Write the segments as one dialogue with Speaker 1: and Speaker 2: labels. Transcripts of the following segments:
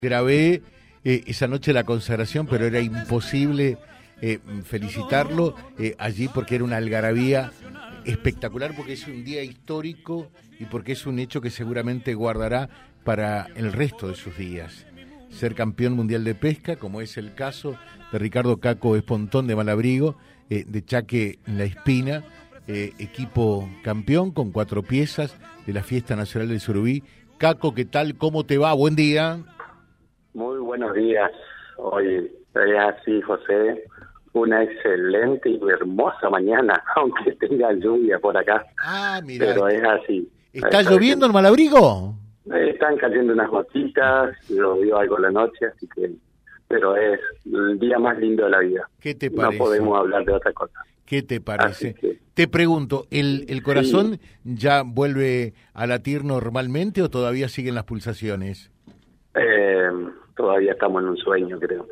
Speaker 1: Grabé esa noche la consagración, pero era imposible felicitarlo allí porque era una algarabía espectacular, porque es un día histórico y porque es un hecho que seguramente guardará para el resto de sus días. Ser campeón mundial de pesca, como es el caso de Ricardo Caco Espontón de Malabrigo, de Chaque La Espina, equipo campeón con 4 piezas de la Fiesta Nacional del Surubí. Caco, ¿qué tal? ¿Cómo te va? Buen día.
Speaker 2: Muy buenos días. Hoy es así, José. Una excelente y hermosa mañana, aunque tenga lluvia por acá.
Speaker 1: Ah, mira.
Speaker 2: Pero es así.
Speaker 1: ¿Está lloviendo en Malabrigo?
Speaker 2: Están cayendo unas gotitas, llovió algo la noche, así que... Pero es el día más lindo de la vida.
Speaker 1: ¿Qué te parece?
Speaker 2: No podemos hablar de otra cosa.
Speaker 1: ¿Qué te parece?
Speaker 2: Que,
Speaker 1: te pregunto, ¿el corazón ya vuelve a latir normalmente o todavía siguen las pulsaciones?
Speaker 2: Todavía estamos en un sueño, creo.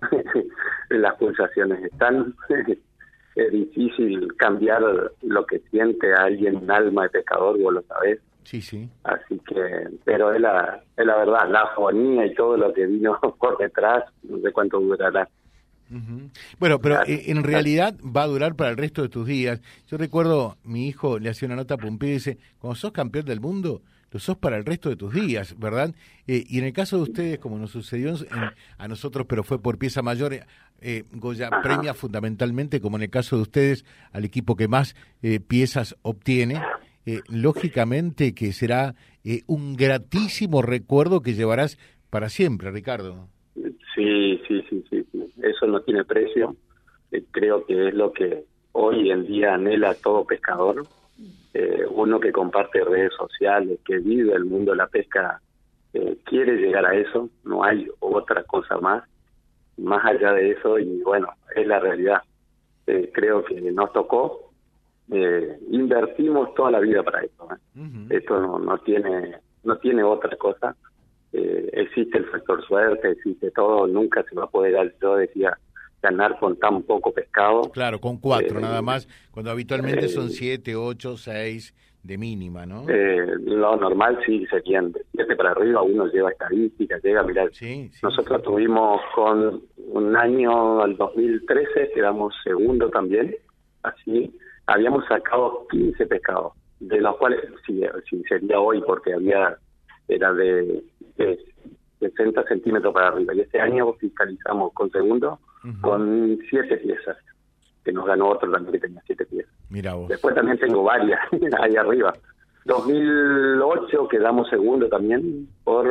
Speaker 2: Las pulsaciones están. Es difícil cambiar lo que siente alguien, un alma de pescador, vos lo sabés.
Speaker 1: Sí, sí.
Speaker 2: Así que, pero es la verdad, la afonía y todo lo que vino por detrás, no sé cuánto durará.
Speaker 1: Uh-huh. Bueno, pero en realidad va a durar para el resto de tus días. Yo recuerdo, mi hijo le hacía una nota a Pompi y dice, cuando sos campeón del mundo, lo sos para el resto de tus días, ¿verdad? Y en el caso de ustedes, como nos sucedió a nosotros, pero fue por pieza mayor, Goya premia fundamentalmente, como en el caso de ustedes, al equipo que más piezas obtiene. Lógicamente que será un gratísimo recuerdo que llevarás para siempre, Ricardo.
Speaker 2: Sí. Eso no tiene precio. Creo que es lo que hoy en día anhela todo pescador. Uno que comparte redes sociales, que vive el mundo de la pesca, quiere llegar a eso. No hay otra cosa más allá de eso, y bueno, es la realidad. Creo que nos tocó. Invertimos toda la vida para esto. Uh-huh. Esto no tiene otra cosa. Existe el factor suerte, existe todo, nunca se va a poder, yo decía, ganar con tan poco pescado.
Speaker 1: Claro, con 4 nada más, cuando habitualmente son 7, 8, 6 de mínima, ¿no?
Speaker 2: Lo normal sí serían de 7 para arriba, uno lleva estadísticas, llega a mirar.
Speaker 1: Sí,
Speaker 2: nosotros tuvimos con un año, al 2013, quedamos segundo también, así, habíamos sacado 15 pescados, de los cuales, sí sería hoy porque era de 60 centímetros para arriba, y este año fiscalizamos con segundo, uh-huh, con 7 piezas, que nos ganó otro también que tenía 7 piezas.
Speaker 1: Mira vos.
Speaker 2: Después también tengo varias ahí arriba. 2008 quedamos segundo también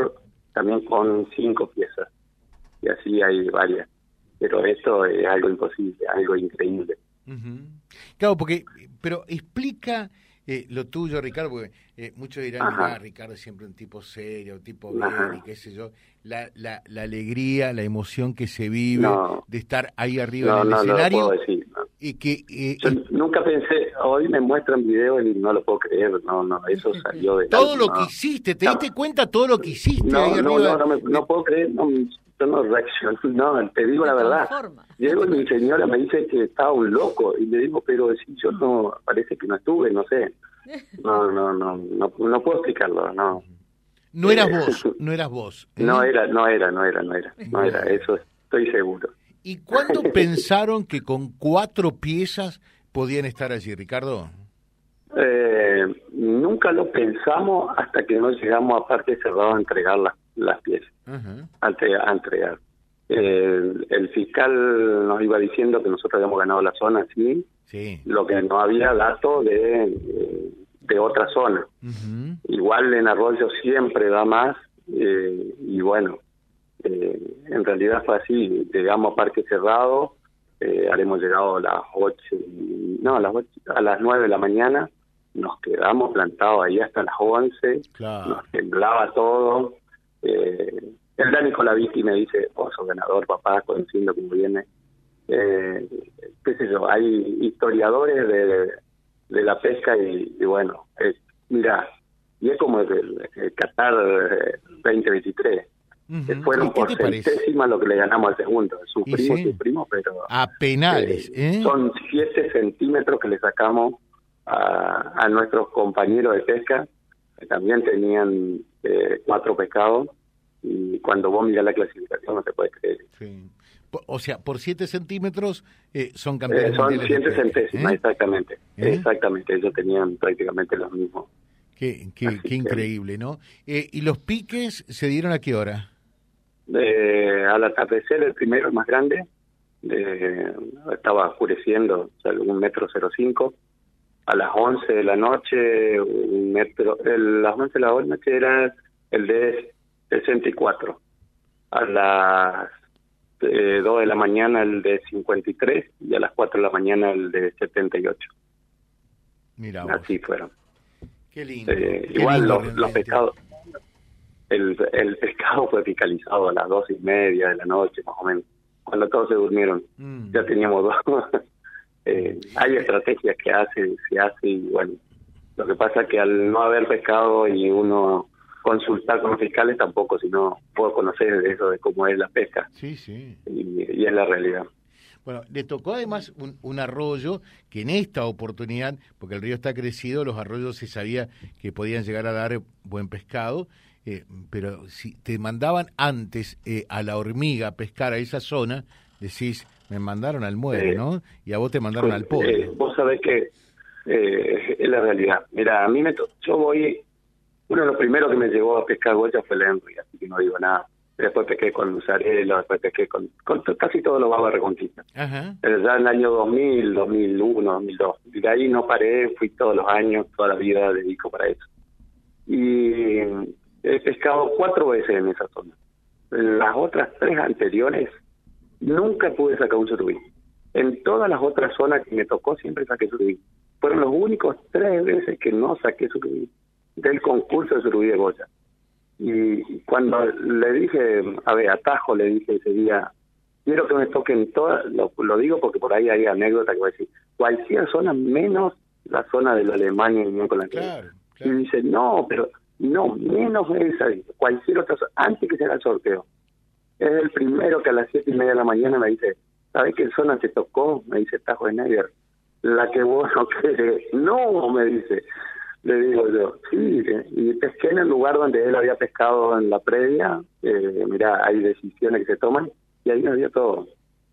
Speaker 2: con 5 piezas, y así hay varias, pero esto es algo imposible, algo increíble.
Speaker 1: Uh-huh. Claro, pero explica lo tuyo, Ricardo, porque muchos dirán, mira, Ricardo es siempre un tipo serio, un tipo bien, y qué sé yo, la alegría, la emoción que se vive de estar ahí arriba en el escenario.
Speaker 2: No lo puedo decir, no.
Speaker 1: Y que
Speaker 2: yo nunca pensé, hoy me muestran videos y no lo puedo creer, eso salió de
Speaker 1: todo lo que hiciste, ¿te diste cuenta todo lo que hiciste ahí arriba?
Speaker 2: No puedo creer, yo no reacciono, te digo la verdad. Llego y mi señora me dice que estaba un loco, y le digo, pero si yo no, parece que no estuve, no sé. No puedo explicarlo, no.
Speaker 1: No eras vos.
Speaker 2: No era, eso estoy seguro.
Speaker 1: ¿Y cuándo pensaron que con 4 piezas podían estar allí, Ricardo?
Speaker 2: Nunca lo pensamos hasta que no llegamos a Parque Cerrado a entregar las piezas, uh-huh, a entregar. El fiscal nos iba diciendo que nosotros habíamos ganado la zona, sí. Lo que no había datos de otra zona. Uh-huh. Igual en Arroyo siempre da más, y bueno, en realidad fue así. Llegamos a Parque Cerrado, haremos llegado a las 9 de la mañana, nos quedamos plantados ahí hasta las 11, claro. Nos temblaba todo. El Dani Colaviti me dice, vos sos ganador, papá, conociendo cómo viene. Qué sé yo, hay historiadores de la pesca y bueno, mira, y es como el Qatar 2023. Uh-huh. Fueron por centésimas lo que le ganamos al segundo. Sufrimos, pero...
Speaker 1: A penales,
Speaker 2: Son 7 centímetros que le sacamos a nuestros compañeros de pesca, que también tenían 4 pescados, y cuando vos mirás la clasificación no te puede creer.
Speaker 1: Sí. O sea, por 7 centímetros son campeones
Speaker 2: son
Speaker 1: mundiales.
Speaker 2: 100 centésimas, exactamente. Exactamente, ellos tenían prácticamente los mismos.
Speaker 1: Qué increíble, ¿no? ¿Y los piques se dieron a qué hora?
Speaker 2: Al atardecer, el primero, el más grande, estaba oscureciendo, o sea, 1,05 m. A las 11 de la noche, las 11 de la noche era el de 64. A las 2 de la mañana el de 53 y a las 4 de la mañana el de 78.
Speaker 1: Mira,
Speaker 2: así fueron.
Speaker 1: Qué lindo.
Speaker 2: Igual los pescados, el pescado fue fiscalizado a las 2:30 de la noche, más o menos, cuando todos se durmieron. Ya teníamos dos. Hay estrategias que se hace y bueno, lo que pasa es que al no haber pescado y uno consultar con los fiscales tampoco, si no puedo conocer eso de cómo es la pesca.
Speaker 1: Sí, sí.
Speaker 2: Y es la realidad.
Speaker 1: Bueno, le tocó además un arroyo que en esta oportunidad, porque el río está crecido, los arroyos se sabía que podían llegar a dar buen pescado, pero si te mandaban antes a la Hormiga a pescar a esa zona, decís, me mandaron al muere, ¿no? Y a vos te mandaron al pollo.
Speaker 2: Vos sabés que es la realidad. Mira, a mí yo voy, uno de los primeros que me llevó a pescar boya fue el Henry, así que no digo nada. Después pesqué con Musarelo, después pesqué con casi todos los babas Reconquista.
Speaker 1: Ajá.
Speaker 2: Ya en el año 2000, 2001, 2002. Y de ahí no paré, fui todos los años, toda la vida dedico para eso. Y he pescado 4 veces en esa zona. En las otras 3 anteriores nunca pude sacar un surubí. En todas las otras zonas que me tocó siempre saqué surubí. Fueron los únicos 3 veces que no saqué surubí del concurso de surubí de boya. Y cuando le dije, a Tajo le dije ese día, quiero que me toquen todas, lo digo porque por ahí hay anécdota que voy a decir, cualquier zona menos la zona de la Alemania y con la
Speaker 1: claro.
Speaker 2: Y dice, no, pero no, menos esa, cualquier otra zona, antes que se haga el sorteo. Es el primero que a las 7:30 de la mañana me dice, ¿sabes qué zona te tocó? Me dice Tajo Schneider, la que vos no querés. No, me dice. Le digo yo, sí, y pesqué en el lugar donde él había pescado en la previa. Mirá, hay decisiones que se toman y ahí nos dio todo.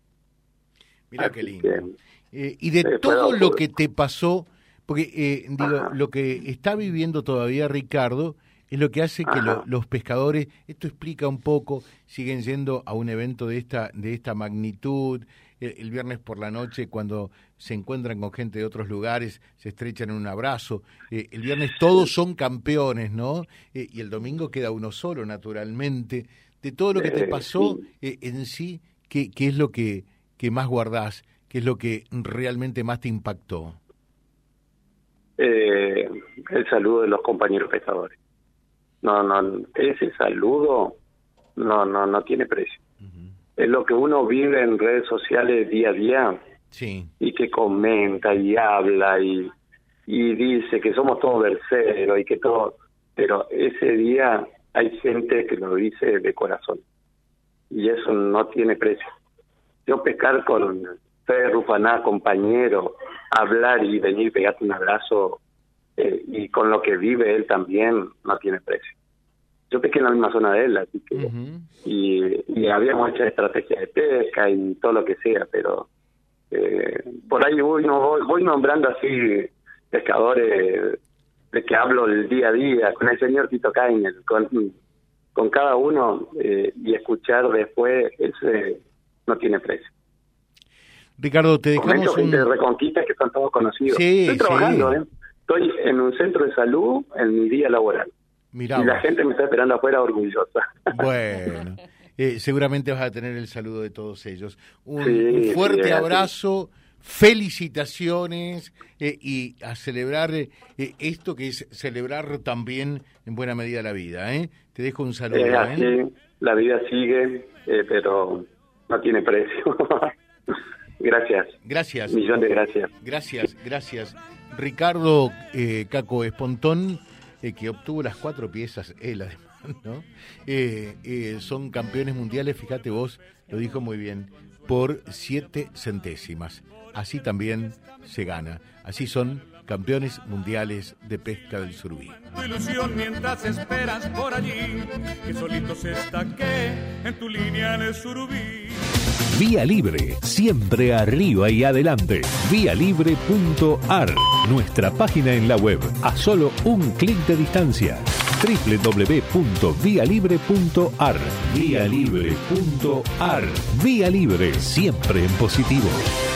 Speaker 1: Mirá qué lindo. Y de todo lo que te pasó, porque lo que está viviendo todavía Ricardo es lo que hace que los pescadores, esto explica un poco, siguen yendo a un evento de esta magnitud. El viernes por la noche, cuando se encuentran con gente de otros lugares, se estrechan en un abrazo. El viernes todos son campeones, ¿no? Y el domingo queda uno solo, naturalmente. De todo lo que te pasó en sí, ¿qué es lo que más guardás? ¿Qué es lo que realmente más te impactó?
Speaker 2: El saludo de los compañeros pescadores. No, ese saludo no tiene precio. Es lo que uno vive en redes sociales día a día,
Speaker 1: sí,
Speaker 2: y que comenta y habla y dice que somos todos verseros y que todo, pero ese día hay gente que lo dice de corazón y eso no tiene precio. Yo pescar con Fede Rufaná, compañero, hablar y venir, pegarte un abrazo y con lo que vive él también no tiene precio. Yo pesqué en la misma zona de él, así que y habíamos hecho estrategias de pesca y todo lo que sea, pero por ahí voy nombrando así pescadores de que hablo el día a día, con el señor Tito Kainer, con cada uno, y escuchar después, ese no tiene precio.
Speaker 1: Ricardo, te dejamos
Speaker 2: de Reconquista que son todos conocidos.
Speaker 1: Sí,
Speaker 2: estoy trabajando, estoy en un centro de salud en mi día laboral.
Speaker 1: Mirá
Speaker 2: y la gente me está esperando afuera orgullosa.
Speaker 1: Bueno, seguramente vas a tener el saludo de todos ellos. Un fuerte abrazo, felicitaciones y a celebrar esto que es celebrar también en buena medida la vida. Te dejo un saludo.
Speaker 2: Así, la vida sigue, pero no tiene precio. Gracias. Millón de gracias.
Speaker 1: Gracias. Ricardo Caco Espontón, que obtuvo las 4 piezas, él además, ¿no? Son campeones mundiales, fíjate vos, lo dijo muy bien, por 7 centésimas. Así también se gana. Así son campeones mundiales de pesca del surubí.
Speaker 3: Tu ilusión mientras esperas por allí, que solito se estaque en tu línea en el surubí.
Speaker 4: Vía Libre, siempre arriba y adelante. Vialibre.ar, nuestra página en la web, a solo un clic de distancia. www.vialibre.ar. Vialibre.ar. Vía Libre, siempre en positivo.